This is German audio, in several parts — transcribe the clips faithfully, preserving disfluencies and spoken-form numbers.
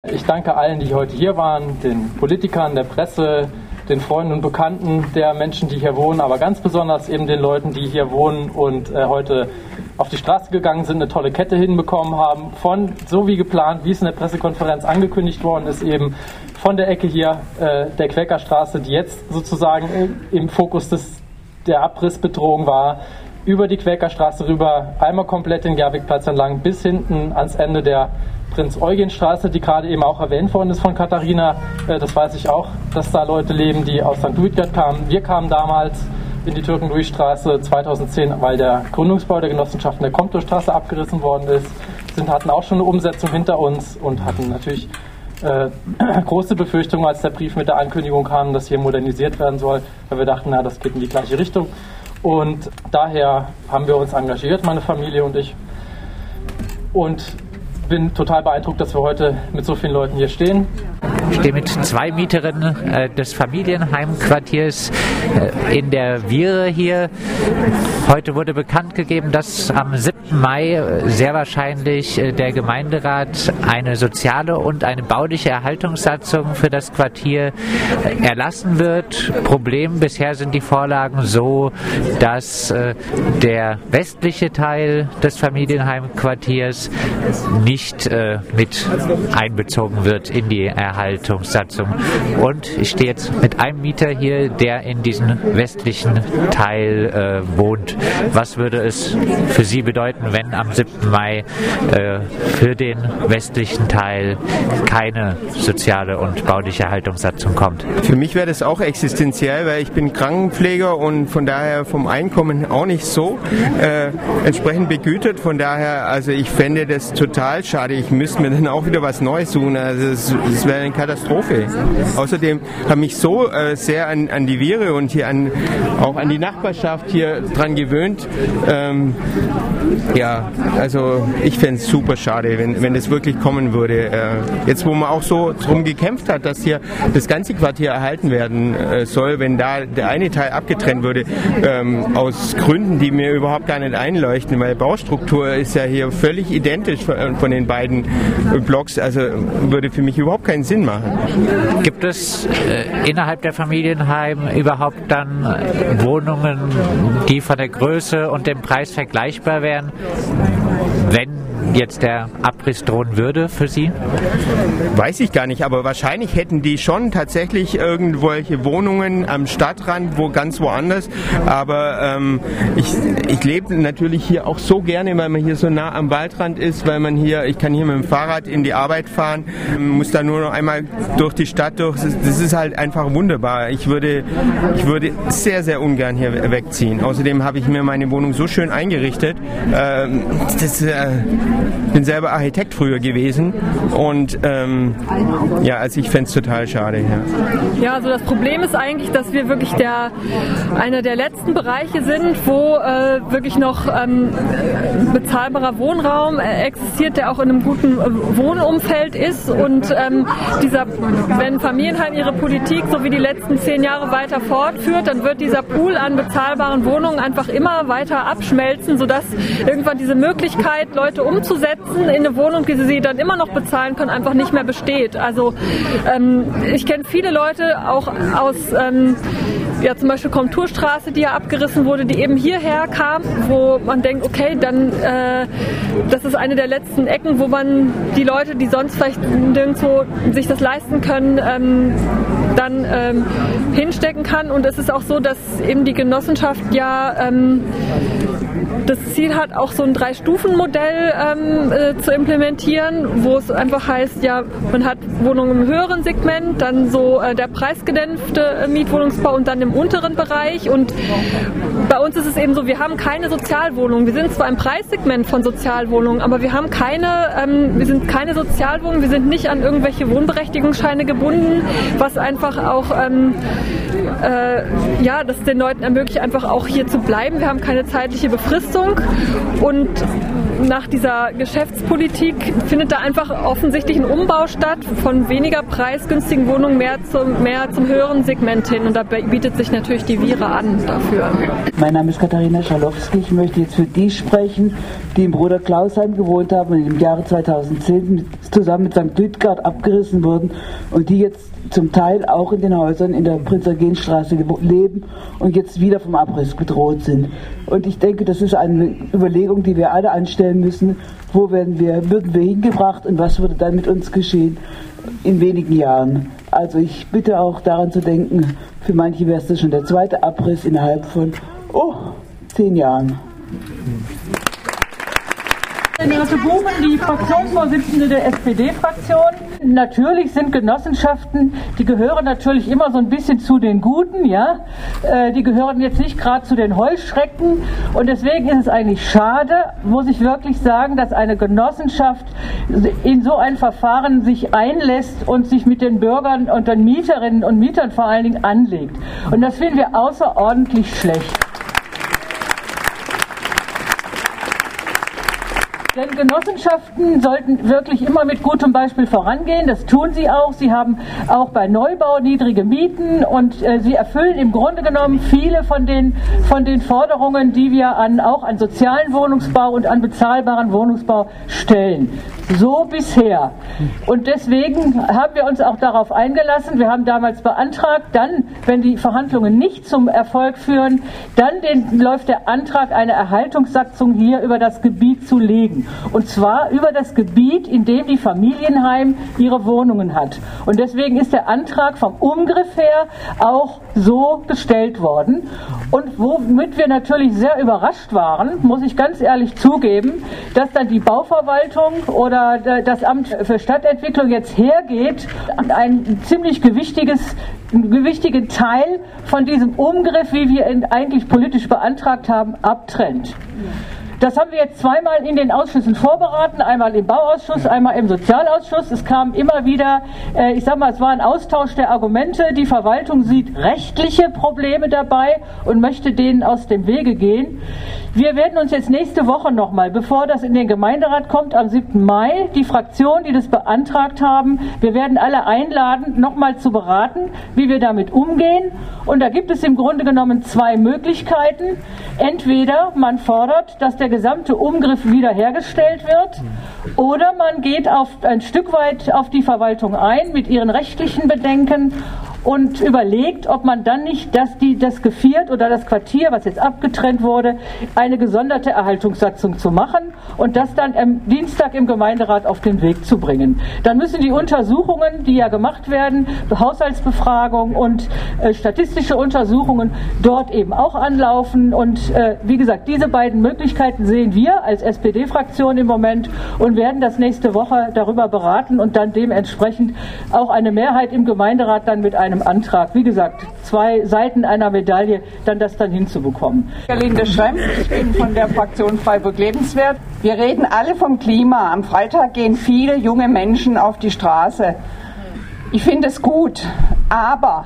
Ich danke allen, die heute hier waren, den Politikern, der Presse, den Freunden und Bekannten der Menschen, die hier wohnen, aber ganz besonders eben den Leuten, die hier wohnen und äh, heute auf die Straße gegangen sind, eine tolle Kette hinbekommen haben, von so wie geplant, wie es in der Pressekonferenz angekündigt worden ist, eben von der Ecke hier äh, der Quäkerstraße, die jetzt sozusagen im Fokus des, der Abrissbedrohung war, über die Quäkerstraße rüber, einmal komplett den Gerwigplatz entlang, bis hinten ans Ende der Prinz-Eugen-Straße, die gerade eben auch erwähnt worden ist von Katharina. Äh, das weiß ich auch, dass da Leute leben, die aus Sankt Luitgert kamen. Wir kamen damals in die Türken-Luis-Straße zweitausendzehn, weil der Gründungsbau der Genossenschaften der Comptostraße abgerissen worden ist. Sind, hatten auch schon eine Umsetzung hinter uns und hatten natürlich äh, große Befürchtungen, als der Brief mit der Ankündigung kam, dass hier modernisiert werden soll, weil wir dachten, na, das geht in die gleiche Richtung. Und daher haben wir uns engagiert, meine Familie und ich. Und bin total beeindruckt, dass wir heute mit so vielen Leuten hier stehen. Ich stehe mit zwei Mieterinnen äh, des Familienheimquartiers äh, in der Viere hier. Heute wurde bekannt gegeben, dass am siebten Mai äh, sehr wahrscheinlich äh, der Gemeinderat eine soziale und eine bauliche Erhaltungssatzung für das Quartier äh, erlassen wird. Problem, bisher sind die Vorlagen so, dass äh, der westliche Teil des Familienheimquartiers nicht äh, mit einbezogen wird in die Erhaltungssatzung. Und ich stehe jetzt mit einem Mieter hier, der in diesem westlichen Teil äh, wohnt. Was würde es für Sie bedeuten, wenn am siebten Mai äh, für den westlichen Teil keine soziale und bauliche Erhaltungssatzung kommt? Für mich wäre das auch existenziell, weil ich bin Krankenpfleger und von daher vom Einkommen auch nicht so äh, entsprechend begütert. Von daher, also ich fände das total schade. Ich müsste mir dann auch wieder was Neues suchen. Also es, es wäre eine Katastrophe. Außerdem habe ich so äh, sehr an, an die Viere und hier an, auch an die Nachbarschaft hier dran gewöhnt. Ähm, ja, also ich fände es super schade, wenn, wenn das wirklich kommen würde. Äh, jetzt, wo man auch so drum gekämpft hat, dass hier das ganze Quartier erhalten werden äh, soll, wenn da der eine Teil abgetrennt würde, ähm, aus Gründen, die mir überhaupt gar nicht einleuchten, weil Baustruktur ist ja hier völlig identisch von, von den beiden Blocks, also würde für mich überhaupt keinen Sinn machen. Gibt es äh, innerhalb der Familienheime überhaupt dann äh, Wohnungen, die von der Größe und dem Preis vergleichbar wären, wenn jetzt der Abriss drohen würde für Sie? Weiß ich gar nicht, aber wahrscheinlich hätten die schon tatsächlich irgendwelche Wohnungen am Stadtrand, wo ganz woanders, aber ähm, ich, ich lebe natürlich hier auch so gerne, weil man hier so nah am Waldrand ist, weil man hier, ich kann hier mit dem Fahrrad in die Arbeit fahren, muss da nur noch einmal durch die Stadt durch, das ist halt einfach wunderbar. Ich würde, ich würde sehr, sehr ungern hier wegziehen. Außerdem habe ich mir meine Wohnung so schön eingerichtet, ähm, das äh, Ich bin selber Architekt früher gewesen und ähm, ja, also ich fände es total schade. Ja. ja, also das Problem ist eigentlich, dass wir wirklich der, einer der letzten Bereiche sind, wo äh, wirklich noch ähm, bezahlbarer Wohnraum äh, existiert, der auch in einem guten äh, Wohnumfeld ist und ähm, dieser, wenn Familienheim ihre Politik so wie die letzten zehn Jahre weiter fortführt, dann wird dieser Pool an bezahlbaren Wohnungen einfach immer weiter abschmelzen, sodass irgendwann diese Möglichkeit, Leute umzusetzen, in eine Wohnung, die sie dann immer noch bezahlen können, einfach nicht mehr besteht. Also ähm, ich kenne viele Leute auch aus ähm, ja, zum Beispiel Komturstraße, die ja abgerissen wurde, die eben hierher kam, wo man denkt, okay, dann äh, das ist eine der letzten Ecken, wo man die Leute, die sonst vielleicht nirgendwo sich das leisten können, ähm, dann ähm, hinstecken kann. Und es ist auch so, dass eben die Genossenschaft ja ähm, das Ziel hat, auch so ein Drei-Stufen-Modell ähm, äh, zu implementieren, wo es einfach heißt, ja, man hat Wohnungen im höheren Segment, dann so äh, der preisgedämpfte äh, Mietwohnungsbau und dann im unteren Bereich. Und bei uns ist es eben so, wir haben keine Sozialwohnungen. Wir sind zwar im Preissegment von Sozialwohnungen, aber wir haben keine, ähm, wir sind keine Sozialwohnungen, wir sind nicht an irgendwelche Wohnberechtigungsscheine gebunden, was einfach auch ähm, äh, ja, das den Leuten ermöglicht, einfach auch hier zu bleiben. Wir haben keine zeitliche Befristung. Und nach dieser Geschäftspolitik findet da einfach offensichtlich ein Umbau statt von weniger preisgünstigen Wohnungen mehr zum, mehr zum höheren Segment hin. Und da bietet sich natürlich die Viere an dafür. Mein Name ist Katharina Schalowski. Ich möchte jetzt für die sprechen, die im Bruder Klausheim gewohnt haben und im Jahre zweitausendzehn zusammen mit Sankt Lüdgard abgerissen wurden und die jetzt zum Teil auch in den Häusern in der Prinz-Eugen-Straße leben und jetzt wieder vom Abriss bedroht sind. Und ich denke, das ist eine Überlegung, die wir alle anstellen müssen. Wo werden wir, würden wir hingebracht und was würde dann mit uns geschehen in wenigen Jahren? Also ich bitte auch daran zu denken, für manche wäre es schon der zweite Abriss innerhalb von, oh, zehn Jahren. Renate Buchen, die Fraktionsvorsitzende der S P D-Fraktion. Natürlich sind Genossenschaften, die gehören natürlich immer so ein bisschen zu den Guten, ja. Äh, die gehören jetzt nicht gerade zu den Heuschrecken. Und deswegen ist es eigentlich schade, muss ich wirklich sagen, dass eine Genossenschaft in so ein Verfahren sich einlässt und sich mit den Bürgern und den Mieterinnen und Mietern vor allen Dingen anlegt. Und das finden wir außerordentlich schlecht. Denn Genossenschaften sollten wirklich immer mit gutem Beispiel vorangehen. Das tun sie auch. Sie haben auch bei Neubau niedrige Mieten und äh, sie erfüllen im Grunde genommen viele von den, von den Forderungen, die wir an, auch an sozialen Wohnungsbau und an bezahlbaren Wohnungsbau stellen. So bisher. Und deswegen haben wir uns auch darauf eingelassen. Wir haben damals beantragt, dann, wenn die Verhandlungen nicht zum Erfolg führen, dann den, läuft der Antrag, eine Erhaltungssatzung hier über das Gebiet zu legen. Und zwar über das Gebiet, in dem die Familienheim ihre Wohnungen hat. Und deswegen ist der Antrag vom Umgriff her auch so gestellt worden. Und womit wir natürlich sehr überrascht waren, muss ich ganz ehrlich zugeben, dass dann die Bauverwaltung oder das Amt für Stadtentwicklung jetzt hergeht und ein ziemlich gewichtiges, einen gewichtigen Teil von diesem Umgriff, wie wir ihn eigentlich politisch beantragt haben, abtrennt. Das haben wir jetzt zweimal in den Ausschüssen vorberaten, einmal im Bauausschuss, einmal im Sozialausschuss. Es kam immer wieder, äh, ich sag mal, es war ein Austausch der Argumente. Die Verwaltung sieht rechtliche Probleme dabei und möchte denen aus dem Wege gehen. Wir werden uns jetzt nächste Woche nochmal, bevor das in den Gemeinderat kommt, am siebten Mai, die Fraktionen, die das beantragt haben, wir werden alle einladen, nochmal zu beraten, wie wir damit umgehen. Und da gibt es im Grunde genommen zwei Möglichkeiten. Entweder man fordert, dass der gesamte Umgriff wiederhergestellt wird, oder man geht auf ein Stück weit auf die Verwaltung ein mit ihren rechtlichen Bedenken und überlegt, ob man dann nicht das, die, das Geviert oder das Quartier, was jetzt abgetrennt wurde, eine gesonderte Erhaltungssatzung zu machen und das dann am Dienstag im Gemeinderat auf den Weg zu bringen. Dann müssen die Untersuchungen, die ja gemacht werden, Haushaltsbefragung und äh, statistische Untersuchungen dort eben auch anlaufen. Und äh, wie gesagt, diese beiden Möglichkeiten sehen wir als S P D-Fraktion im Moment und werden das nächste Woche darüber beraten und dann dementsprechend auch eine Mehrheit im Gemeinderat dann mit einem Antrag, wie gesagt, zwei Seiten einer Medaille, dann das dann hinzubekommen. Gerlinde Schrempf, ich bin von der Fraktion Freiburg Lebenswert. Wir reden alle vom Klima. Am Freitag gehen viele junge Menschen auf die Straße. Ich finde es gut, aber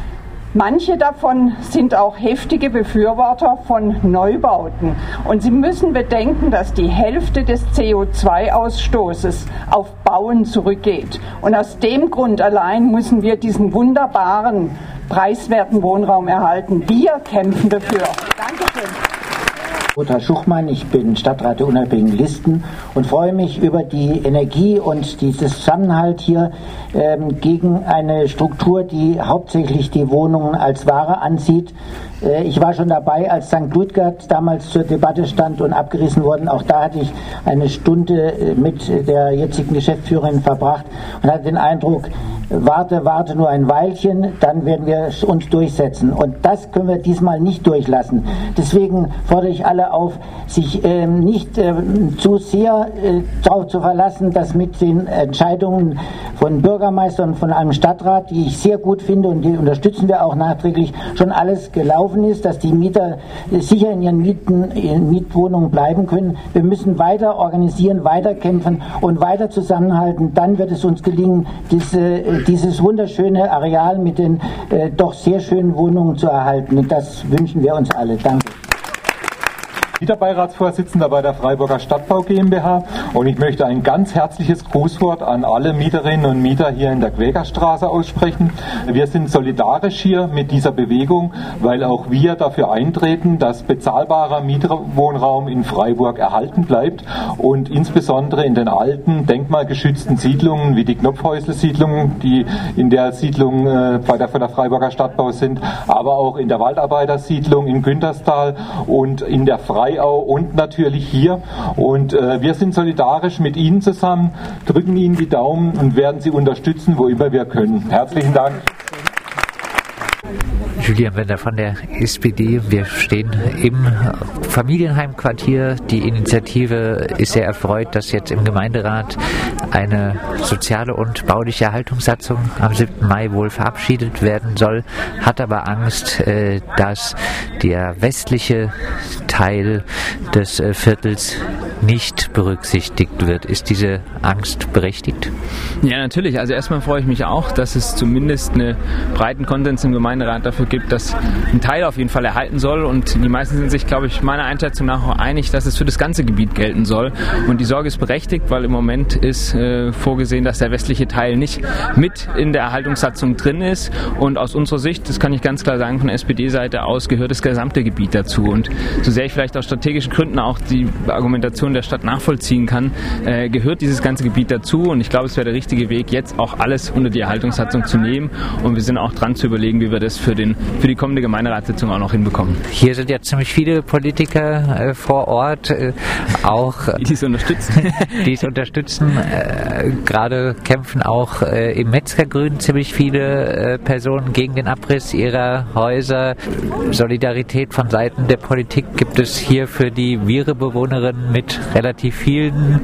manche davon sind auch heftige Befürworter von Neubauten. Und Sie müssen bedenken, dass die Hälfte des C O zwei Ausstoßes auf Bauen zurückgeht. Und aus dem Grund allein müssen wir diesen wunderbaren, preiswerten Wohnraum erhalten. Wir kämpfen dafür. Dankeschön. Uta Schuchmann, ich bin Stadtrat der Unabhängigen Listen und freue mich über die Energie und diesen Zusammenhalt hier ähm, gegen eine Struktur, die hauptsächlich die Wohnungen als Ware ansieht. Äh, ich war schon dabei, als Sankt Lüdgard damals zur Debatte stand und abgerissen wurden. Auch da hatte ich eine Stunde mit der jetzigen Geschäftsführerin verbracht und hatte den Eindruck, warte, warte nur ein Weilchen, dann werden wir uns durchsetzen. Und das können wir diesmal nicht durchlassen. Deswegen fordere ich alle auf, sich ähm, nicht ähm, zu sehr äh, darauf zu verlassen, dass mit den Entscheidungen von Bürgermeistern, von einem Stadtrat, die ich sehr gut finde und die unterstützen wir auch nachträglich, schon alles gelaufen ist, dass die Mieter äh, sicher in ihren Mieten, in Mietwohnungen bleiben können. Wir müssen weiter organisieren, weiter kämpfen und weiter zusammenhalten. Dann wird es uns gelingen, diese dieses wunderschöne Areal mit den äh, doch sehr schönen Wohnungen zu erhalten. Und das wünschen wir uns alle. Danke. Wieder Beiratsvorsitzender bei der Freiburger Stadtbau GmbH und ich möchte ein ganz herzliches Grußwort an alle Mieterinnen und Mieter hier in der Quägerstraße aussprechen. Wir sind solidarisch hier mit dieser Bewegung, weil auch wir dafür eintreten, dass bezahlbarer Mieterwohnraum in Freiburg erhalten bleibt und insbesondere in den alten, denkmalgeschützten Siedlungen wie die Knopfhäusle-Siedlungen, die in der Siedlung äh, bei der, von der Freiburger Stadtbau sind, aber auch in der Waldarbeitersiedlung in Günterstal und in der Freiburg und natürlich hier. Und äh, wir sind solidarisch mit Ihnen zusammen, drücken Ihnen die Daumen und werden Sie unterstützen, wo immer wir können. Herzlichen Dank. Julian Wender von der S P D. Wir stehen im Familienheimquartier. Die Initiative ist sehr erfreut, dass jetzt im Gemeinderat eine soziale und bauliche Erhaltungssatzung am siebten Mai wohl verabschiedet werden soll, hat aber Angst, dass der westliche Teil des Viertels nicht berücksichtigt wird. Ist diese Angst berechtigt? Ja, natürlich. Also erstmal freue ich mich auch, dass es zumindest einen breiten Konsens im Gemeinderat dafür gibt, dass ein Teil auf jeden Fall erhalten soll, und die meisten sind sich, glaube ich, meiner Einschätzung nach auch einig, dass es für das ganze Gebiet gelten soll, und die Sorge ist berechtigt, weil im Moment ist äh, vorgesehen, dass der westliche Teil nicht mit in der Erhaltungssatzung drin ist, und aus unserer Sicht, das kann ich ganz klar sagen, von der S P D-Seite aus gehört das gesamte Gebiet dazu, und so sehr ich vielleicht aus strategischen Gründen auch die Argumentation der Stadt nachvollziehen kann, äh, gehört dieses ganze Gebiet dazu, und ich glaube, es wäre der richtige Weg, jetzt auch alles unter die Erhaltungssatzung zu nehmen, und wir sind auch dran zu überlegen, wie wir das für, den, für die kommende Gemeinderatssitzung auch noch hinbekommen. Hier sind ja ziemlich viele Politiker äh, vor Ort, äh, auch die es unterstützen. die es unterstützen. Äh, gerade kämpfen auch äh, im Metzgergrün ziemlich viele äh, Personen gegen den Abriss ihrer Häuser. Solidarität von Seiten der Politik gibt es hier für die Viere-Bewohnerinnen mit relativ vielen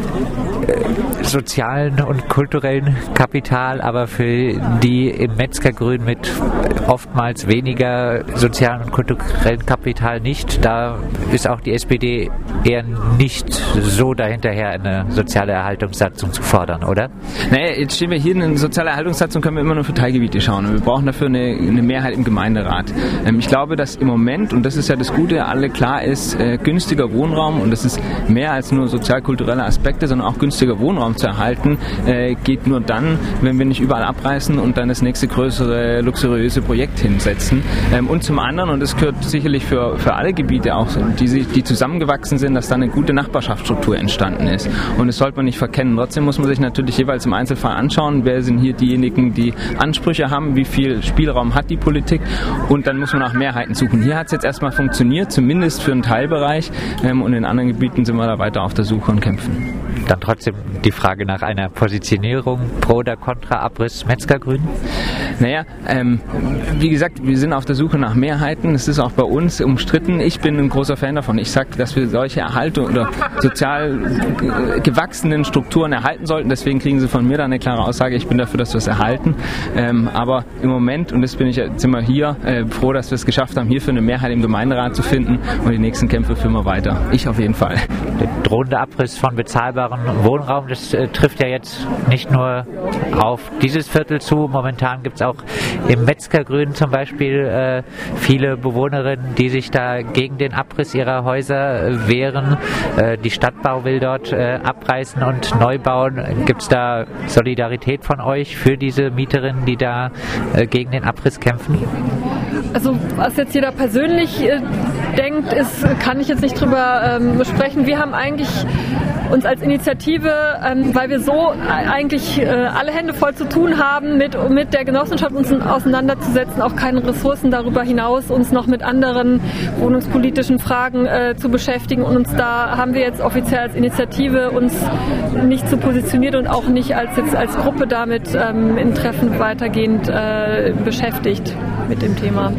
äh, sozialen und kulturellen Kapital, aber für die im Metzgergrün mit oftmals weniger sozialen und kulturellen Kapital nicht. Da ist auch die S P D eher nicht so dahinterher, eine soziale Erhaltungssatzung zu fordern, oder? Naja, jetzt stehen wir hier in einer sozialen Erhaltungssatzung, können wir immer nur für Teilgebiete schauen, und wir brauchen dafür eine, eine Mehrheit im Gemeinderat. Ähm, ich glaube, dass im Moment, und das ist ja das Gute, alle klar ist, äh, günstiger Wohnraum, und das ist mehr als nur sozial-kulturelle Aspekte, sondern auch günstiger Wohnraum zu erhalten, äh, geht nur dann, wenn wir nicht überall abreißen und dann das nächste größere, luxuriöse Projekt hinsetzen. Ähm, und zum anderen, und das gehört sicherlich für, für alle Gebiete auch, die, die zusammengewachsen sind, dass da eine gute Nachbarschaftsstruktur entstanden ist. Und das sollte man nicht verkennen. Trotzdem muss man sich natürlich jeweils im Einzelfall anschauen, wer sind hier diejenigen, die Ansprüche haben, wie viel Spielraum hat die Politik, und dann muss man nach Mehrheiten suchen. Hier hat es jetzt erstmal funktioniert, zumindest für einen Teilbereich, ähm, und in anderen Gebieten sind wir da weiter auf der Suche und kämpfen. Dann trotzdem die Frage nach einer Positionierung pro oder contra Abriss Metzgergrün? Naja, ähm, wie gesagt, wir sind auf der Suche nach Mehrheiten. Es ist auch bei uns umstritten. Ich bin ein großer Fan davon. Ich sage, dass wir solche Erhaltung oder sozial gewachsenen Strukturen erhalten sollten. Deswegen kriegen Sie von mir da eine klare Aussage. Ich bin dafür, dass wir es erhalten. Ähm, aber im Moment, und das bin ich jetzt immer hier, äh, froh, dass wir es geschafft haben, hierfür eine Mehrheit im Gemeinderat zu finden, und die nächsten Kämpfe führen wir weiter. Ich auf jeden Fall. Der drohende Abriss von bezahlbarem Wohnraum, das äh, trifft ja jetzt nicht nur auf dieses Viertel zu. Momentan gibt es auch im Metzgergrün zum Beispiel äh, viele Bewohnerinnen, die sich da gegen den Abriss ihrer Häuser äh, wehren. Äh, die Stadtbau will dort äh, abreißen und neu bauen. Gibt es da Solidarität von euch für diese Mieterinnen, die da äh, gegen den Abriss kämpfen? Also was jetzt jeder persönlich äh, denkt, ist, kann ich jetzt nicht drüber ähm, sprechen. Wir haben eigentlich uns als Initiative, ähm, weil wir so eigentlich äh, alle Hände voll zu tun haben, mit, mit der Genossenschaft uns auseinanderzusetzen, auch keine Ressourcen darüber hinaus, uns noch mit anderen wohnungspolitischen Fragen äh, zu beschäftigen, und uns da haben wir jetzt offiziell als Initiative uns nicht so positioniert und auch nicht als jetzt als Gruppe damit ähm, in Treffen weitergehend äh, beschäftigt mit dem Thema.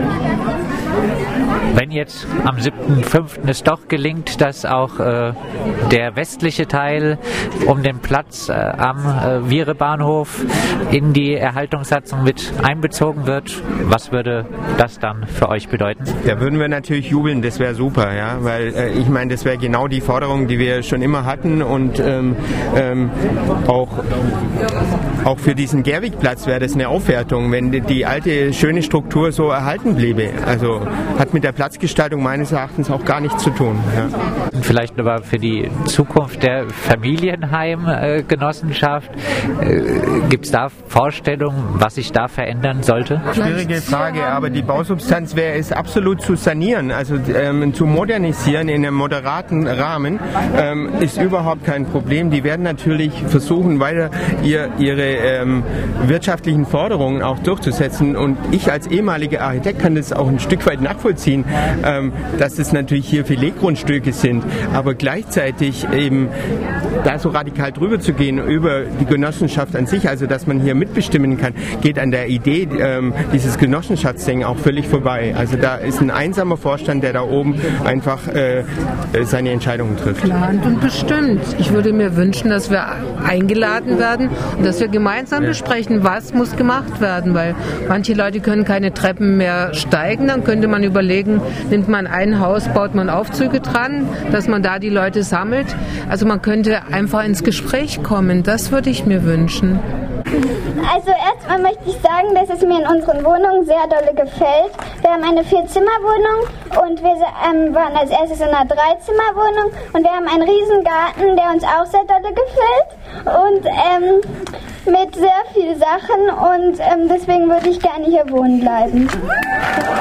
Wenn jetzt am siebten fünften es doch gelingt, dass auch äh, der westliche Teil um den Platz äh, am äh, Viere-Bahnhof in die Erhaltungssatzung mit einbezogen wird, was würde das dann für euch bedeuten? Da würden wir natürlich jubeln, das wäre super, ja, weil äh, ich meine, das wäre genau die Forderung, die wir schon immer hatten, und ähm, ähm, auch auch für diesen Gerwigplatz wäre das eine Aufwertung, wenn die, die alte schöne Struktur so erhalten bliebe. Also hat mit der Platzgestaltung meines Erachtens auch gar nichts zu tun. Ja. Vielleicht aber für die Zukunft der Familienheimgenossenschaft, äh, gibt es da Vorstellungen, was sich da verändern sollte? Schwierige Frage, aber die Bausubstanz wäre es absolut zu sanieren, also ähm, zu modernisieren in einem moderaten Rahmen, ähm, ist überhaupt kein Problem. Die werden natürlich versuchen, weiter ihr, ihre ähm, wirtschaftlichen Forderungen auch durchzusetzen, und ich als ehemaliger Architekt kann das auch ein Stück weit nachvollziehen, ähm, dass es natürlich hier Filetgrundstücke sind, aber gleichzeitig eben da so radikal drüber zu gehen über die Genossenschaft an sich, also dass man hier mitbestimmen kann, geht an der Idee ähm, dieses Genossenschaftsding auch völlig vorbei. Also da ist ein einsamer Vorstand, der da oben einfach äh, seine Entscheidungen trifft. Geplant und bestimmt. Ich würde mir wünschen, dass wir eingeladen werden und dass wir gemeinsam ja. besprechen, was muss gemacht werden, weil manche Leute können keine Treppen mehr steigen, dann könnte man überlegen, nimmt man ein Haus, baut man Aufzüge dran, dass man da die Leute sammelt. Also man könnte einfach ins Gespräch kommen, das würde ich mir wünschen. Also erstmal möchte ich sagen, dass es mir in unseren Wohnungen sehr dolle gefällt. Wir haben eine Vier-Zimmer-Wohnung und wir ähm, waren als erstes in einer Drei-Zimmer-Wohnung und wir haben einen riesen Garten, der uns auch sehr dolle gefällt und ähm, mit sehr vielen Sachen, und ähm, deswegen würde ich gerne hier wohnen bleiben.